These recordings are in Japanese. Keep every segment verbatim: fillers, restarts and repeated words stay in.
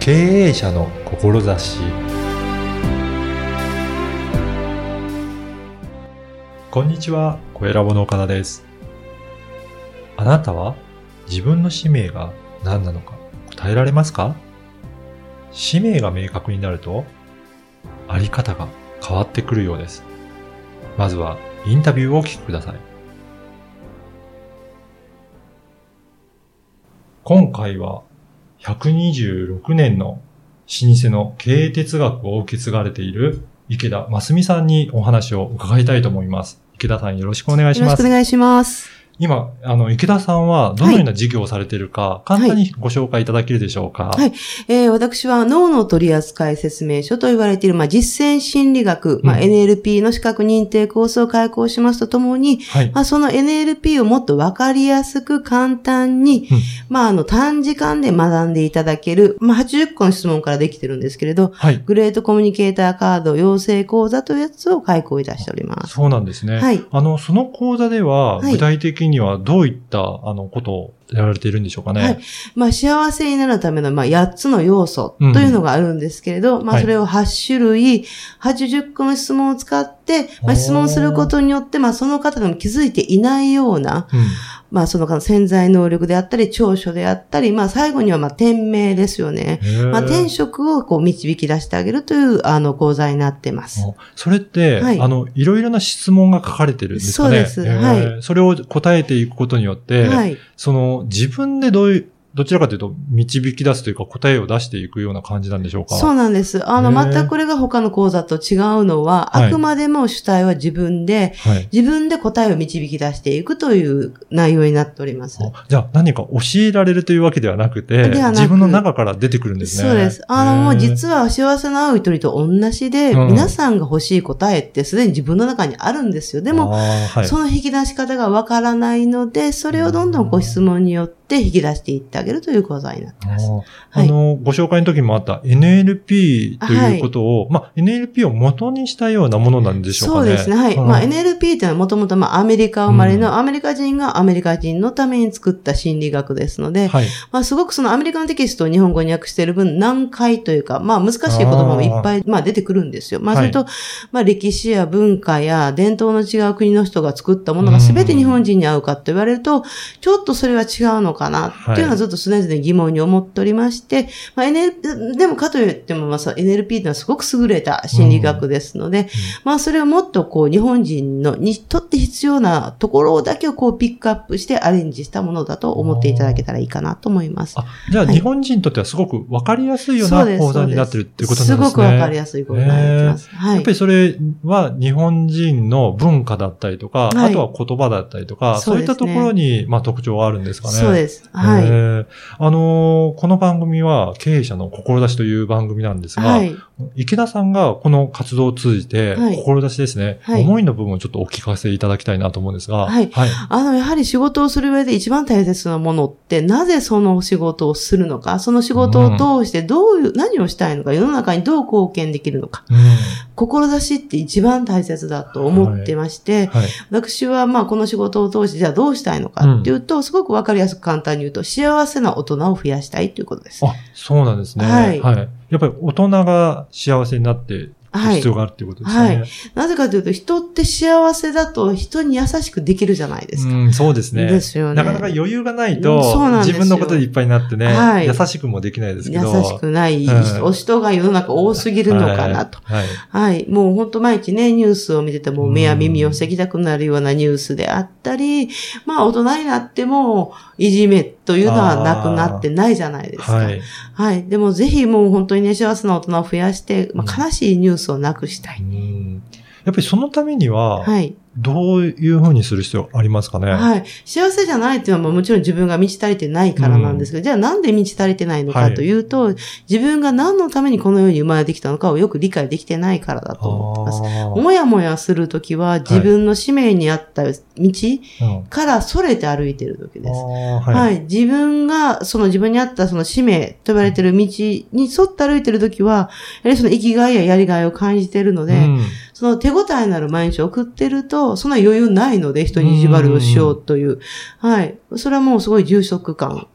経営者の志。こんにちは、小ラボの岡田です。あなたは自分の使命が何なのか答えられますか？使命が明確になると、あり方が変わってくるようです。まずはインタビューをお聞きください。今回はひゃくにじゅうろくねんの老舗の経営哲学を受け継がれている池田真澄さんにお話を伺いたいと思います。池田さん、よろしくお願いします。 よろしくお願いします。 今、あの、池田さんはどのような事業をされているか、はい、簡単にご紹介いただけるでしょうか。 はい。えー、私は脳の取扱説明書と言われている、まあ、実践心理学、まあ、うん、エヌエルピー の資格認定コースを開講しますとともに、はい、まあ、その エヌエルピー をもっとわかりやすく簡単に、うん、まあ、あの、短時間で学んでいただける、まあ、はちじゅっこの質問からできてるんですけれど、はい、グレートコミュニケーターカード養成講座というやつを開講いたしております。 そうなんですね。はい。あの、その講座では、具体的にはどういったあの、ことをやられているんでしょうかね。はい。 まあ、幸せになるための、まあ、やっつの要素というのがあるんですけれど、うん、まあ、それをはち種類、はちじゅっこの質問を使って、まあ、質問することによって、まあ、その方でも気づいていないような、うん、まあ、その潜在能力であったり、長所であったり、まあ、最後には、まあ、天命ですよね。まあ、天職をこう、導き出してあげるという、あの、講座になってます。 それって、はい、あの、いろいろな質問が書かれてるんですかね。 そうです。はい。 それを答えていくことによって、はい、その、自分でどういう、どちらかというと、導き出すというか答えを出していくような感じなんでしょうか？ そうなんです。あの、全くこれが他の講座と違うのは、はい、あくまでも主体は自分で、はい、自分で答えを導き出していくという内容になっております。 じゃあ、何か教えられるというわけではなくて、なく自分の中から出てくるんですね。 そうです。あの、もう実は幸せな青い鳥と同じで、うん、皆さんが欲しい答えってすでに自分の中にあるんですよ。でも、はい、その引き出し方がわからないので、それをどんどんご質問によって引き出していってあげるという講座になっています。 あ, あの、はい、ご紹介の時もあった エヌエルピー ということを、はい、まあ、エヌエルピー を元にしたようなものなんでしょうかね。 そうですね。はい。うん、まあ、エヌエルピー というのはもともと、まあ、アメリカ生まれのアメリカ人がアメリカ人のために作った心理学ですので、はい、まあ、すごくそのアメリカのテキストを日本語に訳している分、難解というか、まあ、難しい言葉もいっぱい、まあ、出てくるんですよ。まあ、それと、はい、まあ、歴史や文化や伝統の違う国の人が作ったものが全て日本人に合うかと言われると、ちょっとそれは違うのかなっていうのはずっと常々疑問に思っておりまして、まあ、エヌエル、でもかといっても、まあ、エヌエルピー というのはすごく優れた心理学ですので、うんうん、まあ、それをもっとこう、日本人の、にとって必要なところだけをこう、ピックアップしてアレンジしたものだと思っていただけたらいいかなと思います。 あ、じゃあ、はい、日本人にとってはすごくわかりやすいような講座になってるっていうことなんですね。 すごくわかりやすい講座になってます。はい。 やっぱりそれは日本人の文化だったりとか、はい、あとは言葉だったりとか、そう、ね、そういったところに、まあ、特徴があるんですかね。 そうです。はい。 あのー、この番組は経営者の志という番組なんですが、はい、池田さんがこの活動を通じて、はい、志ですね、はい、思いの部分をちょっとお聞かせいただきたいなと思うんですが、 はい。はい、あの、やはり仕事をする上で一番大切なものって、なぜその仕事をするのか、その仕事を通してどういう、うん、何をしたいのか、世の中にどう貢献できるのか、うん、志って一番大切だと思ってまして、はいはい、私はまあこの仕事を通してじゃあどうしたいのかっていうと、うん、すごくわかりやすく簡単に言うと、幸せな大人を増やしたいということです。 あ、そうなんですね。はい。はい。やっぱり大人が幸せになって必要があるっていうことですね。はい。はい、 なぜかというと、人って幸せだと人に優しくできるじゃないですか。 うん、そうですね。 ですよね。 なかなか余裕がないと、そうなんですよ。自分のことでいっぱいになってね、はい、優しくもできないですけど。 優しくない、はい、お人が世の中多すぎるのかなと。はい。はい。はい、もう本当毎日ね、ニュースを見てても目や耳を塞ぎたくなるようなニュースであったり、まあ大人になってもいじめというのはなくなってないじゃないですか。はい。はい。でもぜひもう本当にね、幸せな大人を増やして、まあ、悲しいニュースをなくしたい。うん、 やっぱりそのためには、はい。どういうふうにする必要ありますかね？ はい。幸せじゃないっていうのはもちろん自分が満ち足りてないからなんですけど、うん、じゃあなんで満ち足りてないのかというと、はい、自分が何のためにこの世に生まれてきたのかをよく理解できてないからだと思ってます。もやもやするときは自分の使命にあった道からそれて歩いてるときです。はい、はい。自分が、その自分にあったその使命と言われてる道に沿って歩いてるときは、やはりその生きがいややりがいを感じてるので、うん、その手応えのある毎日を送ってると、そんな余裕ないので人に意地悪をしようという。はい。それはもうすごい充足感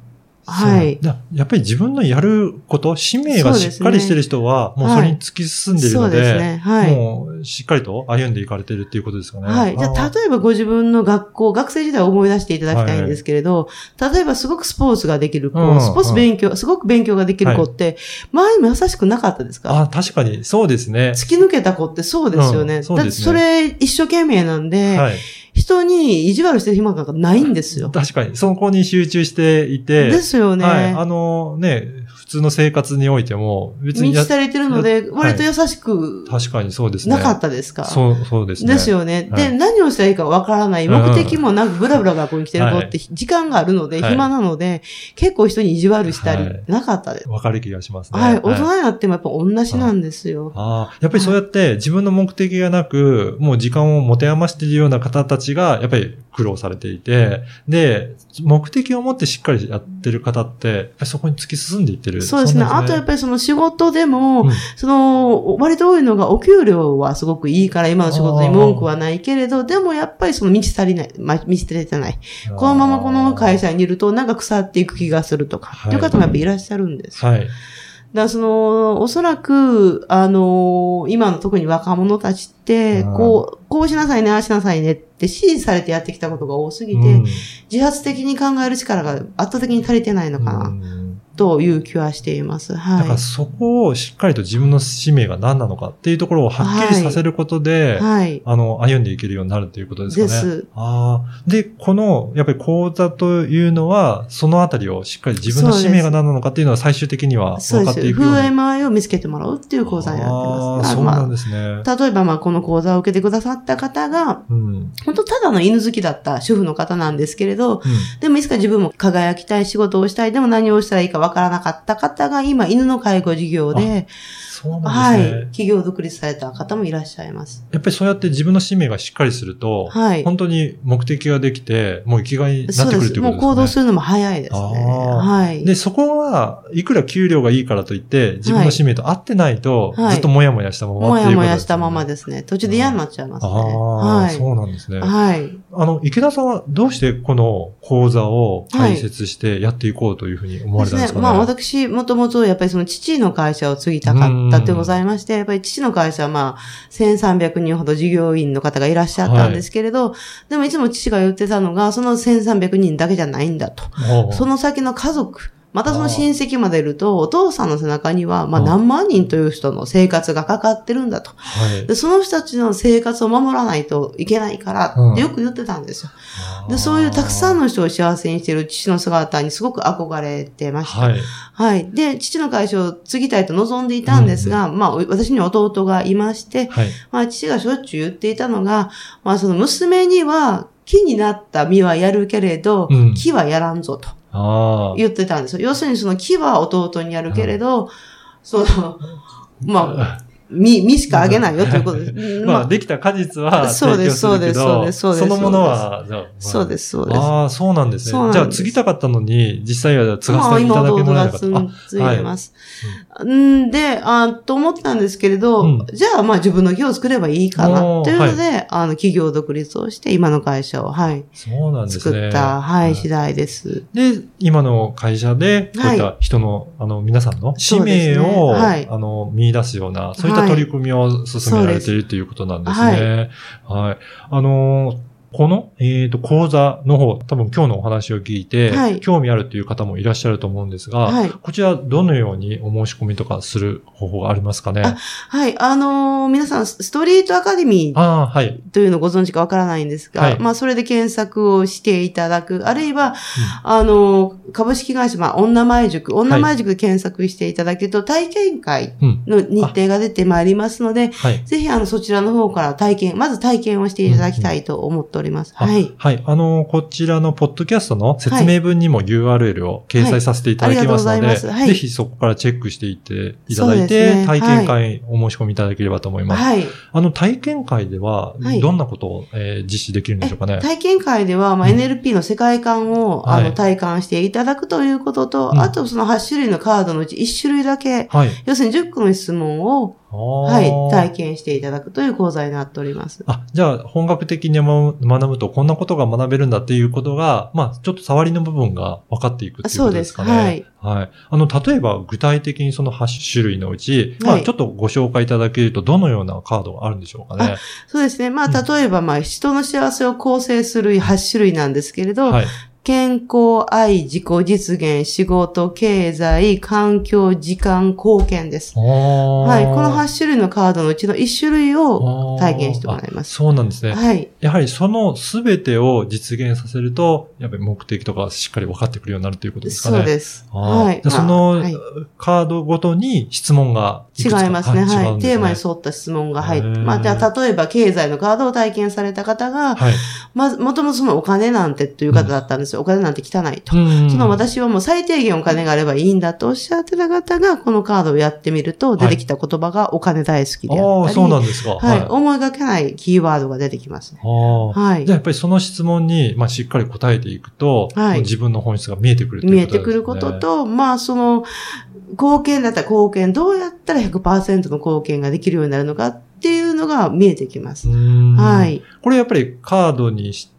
はい。 やっぱり自分のやること、使命がしっかりしてる人は、もうそれに突き進んでいるので、そうですね。はい。もうしっかりと歩んでいかれてるっていうことですかね。 はい。じゃあ、例えばご自分の学校、学生時代を思い出していただきたいんですけれど、はい、例えばすごくスポーツができる子、うん、スポーツ勉強、うん、すごく勉強ができる子って、はい、周りも優しくなかったですか？ あ、確かに、そうですね。 突き抜けた子ってそうですよね。うん、そうですね。だってそれ一生懸命なんで、はい、人に意地悪してる暇がないんですよ。 確かに。そこに集中していて。 ですよね。 はい。あのね、普通の生活においても、 別に。満ち足りてるので、割と優しく。 はい、確かにそうですね。 なかったですか？ そう、そうですね。 ですよね。はい、で、何をしたらいいかわからない。目的もなくブラブラ学校に来てる子って時間があるので、はい、暇なので、結構人に意地悪したり、なかったです。 わ、はい、かる気がしますね。 はい。大人になってもやっぱ同じなんですよ。 ああ。やっぱりそうやって自分の目的がなく、もう時間を持て余しているような方たちが、やっぱり苦労されていて、で、目的を持ってしっかりやってる方って、やっぱりそこに突き進んでいってる。 そうですね。あとやっぱりその仕事でも、うん、その、割と多いのがお給料はすごくいいから今の仕事に文句はないけれど、でもやっぱりその満ち足りない、ま、満ち足りてない。このままこの会社にいるとなんか腐っていく気がするとか、はい、という方もやっぱりいらっしゃるんです。はい。だからその、おそらく、あの、今の特に若者たちって、こう、こうしなさいね、ああしなさいねって指示されてやってきたことが多すぎて、うん、自発的に考える力が圧倒的に足りてないのかな。うんという気はしています。はい。 だからそこをしっかりと自分の使命が何なのかっていうところをはっきりさせることで、はい。あの、歩んでいけるようになるということですかね。です。ああ。で、この、やっぱり講座というのは、そのあたりをしっかり自分の使命が何なのかっていうのは最終的には分かっていくように。そうです。フーエムアイを見つけてもらうっていう講座になってます。 ああ、そうなんですね。 まあ、例えば、まあ、この講座を受けてくださった方が、うん、本当ただの犬好きだった主婦の方なんですけれど、うん、でもいつか自分も輝きたい仕事をしたい、でも何をしたらいいか分からなかった方方が今犬の介護事業で、 そうなんですね。 はい。企業独立された方もいらっしゃいます。 やっぱりそうやって自分の使命がしっかりすると、はい。本当に目的ができて、もう生きがいになってくるってことですね。 もう行動するのも早いですね。はい。 で、そこはいくら給料がいいからといって、自分の使命と合ってないと、はい、ずっともやもやしたままっていうことですね。 もやもやしたままですね。途中で嫌になっちゃいますね。ああ、 はい。そうなんですね。 はい。 あの、池田さんはどうしてこの講座を開設してやっていこうというふうに思われたんですかね。 はい、ですね。まあ私、もともとやっぱりその父の会社を継ぎたかったでございまして、やっぱり父の会社はまあ、せんさんびゃくにんほど従業員の方がいらっしゃったんですけれど、はい、でもいつも父が言ってたのが、そのせんさんびゃくにんだけじゃないんだと。その先の家族、またその親戚までいると、お父さんの背中には、まあ何万人という人の生活がかかってるんだと。はい、でその人たちの生活を守らないといけないからってよく言ってたんですよ。うん、でそういうたくさんの人を幸せにしている父の姿にすごく憧れてました。はい。はい。で、父の会社を継ぎたいと望んでいたんですが、うん、まあ私に弟がいまして、はい、まあ父がしょっちゅう言っていたのが、まあその娘には木になった実はやるけれど、うん、木はやらんぞと。言ってたんですよ。要するにその木は弟にやるけれど、うん、その、まあ、実、実しかあげないよということです。 まあ、できた果実は提供するけど、そうです、そうです、そうです。そのものは、じゃあ、 そうです、そうです。 ああ、そうなんですね。じゃあ、継ぎたかったのに、実際は継がせていただけないのかと。 今、弟が継いでます。んで、あと思ったんですけれど、うん、じゃあ、まあ、自分の木を作ればいいかな、というので、はい、あの、企業独立をして、今の会社を、はい。 そうなんですね。 作った、はい、次第です。 で、今の会社で、こういった人の、あの、皆さんの使命を、はい、あの、見出すような、そういった取り組みを進められているということなんですね。はい。はい。あのー、この、えっと、講座の方、多分今日のお話を聞いて、はい、興味あるという方もいらっしゃると思うんですが、はい、こちらどのようにお申し込みとかする方法がありますかね？あはい。あのー、皆さん、ストリートアカデミーというのをご存知かわからないんですが、はい、まあ、それで検索をしていただく、あるいは、うん、あのー、株式会社、まあ、女前塾、女前塾で検索していただけると、体験会の日程が出てまいりますので、はい、ぜひ、あの、そちらの方から体験、まず体験をしていただきたいと思っております。うんうん、はい。 はい。あの、こちらのポッドキャストの説明文にも ユーアールエル を掲載させていただきますので、はいはい、はい、ぜひそこからチェックしていっていただいて、ね、体験会お申し込みいただければと思います。はい。あの、体験会では、どんなことを、えー、実施できるんでしょうかね？ 体験会では、まあ、エヌエルピー の世界観を、うん、あの、体感していただくということと、はい、あとそのはち種類のカードのうちいち種類だけ、はい、要するにじゅっこの質問を、 はい、体験していただくという講座になっております。 あ、じゃあ本格的に学ぶとこんなことが学べるんだっていうことが、まあちょっと触りの部分が分かっていくっていうことですかね。そうです。はい。はい。あの、例えば具体的にそのはち種類のうち、はい、まあちょっとご紹介いただけるとどのようなカードがあるんでしょうかね。 そうですね。まあ例えば、まあ人の幸せを構成するはち種類なんですけれど、はい、健康、愛、自己実現、仕事、経済、環境、時間、貢献です。はい。このはち種類のカードのうちのいち種類を体現してもらいます。 そうなんですね。 はい。 やはりそのすべてを実現させると、やっぱり目的とかしっかり分かってくるようになるということですかね。 そうです。はい。 そのカードごとに質問がいくつか違いますね。はい。はい、テーマに沿った質問が入って、まあ、じゃあ例えば経済のカードを体験された方が、はい、まず、もともとそのお金なんてという方だったんですよ。うん、お金なんて汚いと。その私はもう最低限お金があればいいんだとおっしゃってた方が、このカードをやってみると、出てきた言葉がお金大好きであったり。はい、ああ、 そうなんですか。 はい。思いがけないキーワードが出てきますね。 はい。じゃあやっぱりその質問に、まあ、しっかり答えていくと、はい、自分の本質が見えてくるということですね。 見えてくることと、まあ、その、貢献だったら貢献、どうやったら ひゃくパーセント の貢献ができるようになるのかっていうのが見えてきます。はい。 これやっぱりカードにして、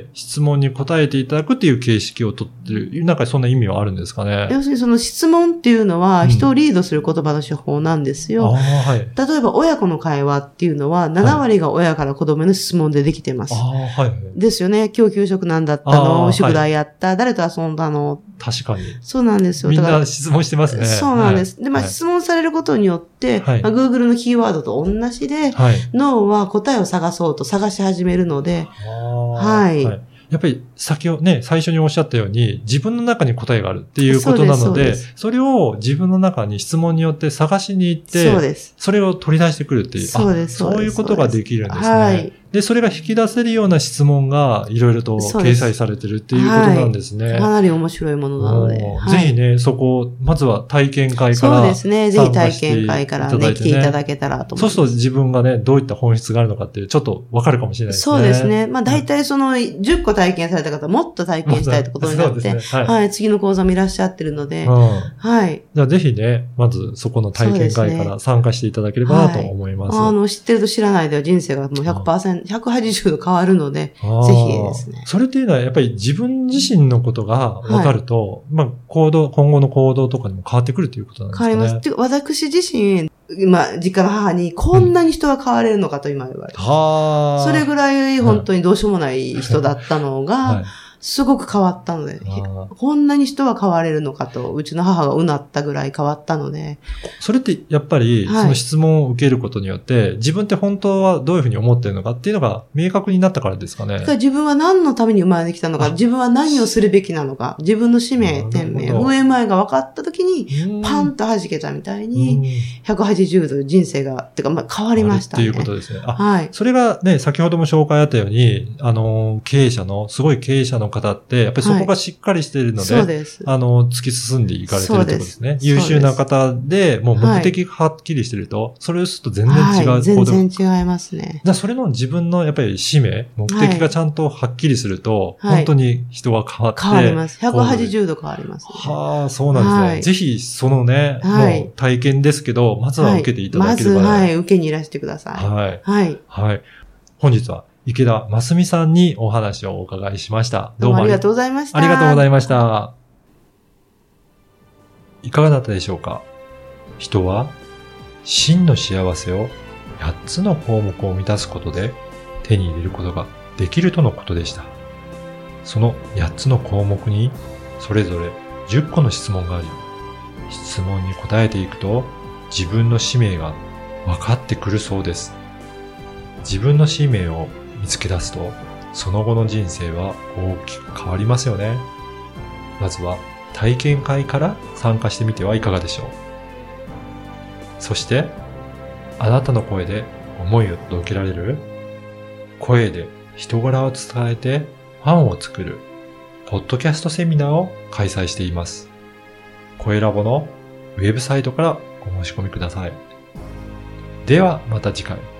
質問に答えていただくっていう形式をとってる、なんかそんな意味はあるんですかね。 要するにその質問っていうのは人をリードする言葉の手法なんですよ。うん、あはい、例えば親子の会話っていうのはなな割が親から子供への質問でできてます。あはい、ですよね。今日給食なんだったの、宿題やった、はい、誰と遊んだの。 確かに。 そうなんですよ。 みんな質問してますね。 そうなんです。はい、で、まあ、質問されることによって、はいまあ、Google のキーワードと同じで、はい、脳は答えを探そうと探し始めるので、はい。はいやっぱり先をね、最初におっしゃったように自分の中に答えがあるっていうことなので、そ, それを自分の中に質問によって探しに行って、そうです。それを取り出してくるっていう。そうです。そういうことができるんですね。はい。で、それが引き出せるような質問がいろいろと掲載されてるっていうことなんですね。 はい、かなり面白いものなので。 はい、ぜひね、そこ、まずは体験会から。 そうですね。ぜひ体験会からね、来ていただけたらと思います。 そうすると自分がね、どういった本質があるのかってちょっとわかるかもしれないですね。 そうですね。まあ大体そのじゅっこ体験された方もっと体験したいってことになって、ねはい、はい。次の講座もいらっしゃってるので、うん、はい。 じゃあぜひね、まずそこの体験会から参加していただければなと思います。 はい、あの、知ってると知らないでは人生がもう ひゃくパーセント、ひゃくはちじゅうど変わるので、ぜひですね。 それっていうのはやっぱり自分自身のことが分かると、はい、まあ行動、今後の行動とかにも変わってくるということなんですかね。 変わります。てか私自身、まあ、実家の母にこんなに人が変われるのかと今言われて、うん、はそれぐらい本当にどうしようもない人だったのが、はいすごく変わったので、こんなに人は変われるのかと、うちの母がうなったぐらい変わったので。 それってやっぱり、その質問を受けることによって、はい、自分って本当はどういうふうに思っているのかっていうのが明確になったからですかね。 自分は何のために生まれてきたのか、自分は何をするべきなのか、自分の使命、天命、上前が分かった時に、パンと弾けたみたいに、ひゃくはちじゅうど人生が、てか、まあ、変わりましたね。 っていうことですね。あ、はい。それがね、先ほども紹介あったように、あの、経営者の、すごい経営者の方って、やっぱりそこがしっかりしているので、はい、そうです。あの、突き進んでいかれてるってことですね。優秀な方で、もう目的がはっきりしてると、はい、それをすると全然違う、 はい。全然違いますね。 だそれの自分のやっぱり使命、目的がちゃんとはっきりすると、はい、本当に人は変わって。 変わります。ひゃくはちじゅうど変わります、ね。 はあ、そうなんですね。はい、ぜひ、そのね、はい、もう体験ですけど、まずは受けていただければ、ね。 まず、はい、受けにいらしてください。 はい。はい。はい。本日は、池田真澄さんにお話をお伺いしました。 どうもありがとうございました。 ありがとうございました。いかがだったでしょうか？人は真の幸せをやっつの項目を満たすことで手に入れることができるとのことでした。そのやっつの項目にそれぞれじゅっこの質問があり、質問に答えていくと自分の使命が分かってくるそうです。自分の使命を見つけ出すと、その後の人生は大きく変わりますよね。まずは体験会から参加してみてはいかがでしょう。そして、あなたの声で思いを届けられる、声で人柄を伝えてファンを作る、ポッドキャストセミナーを開催しています。声ラボのウェブサイトからお申し込みください。ではまた次回。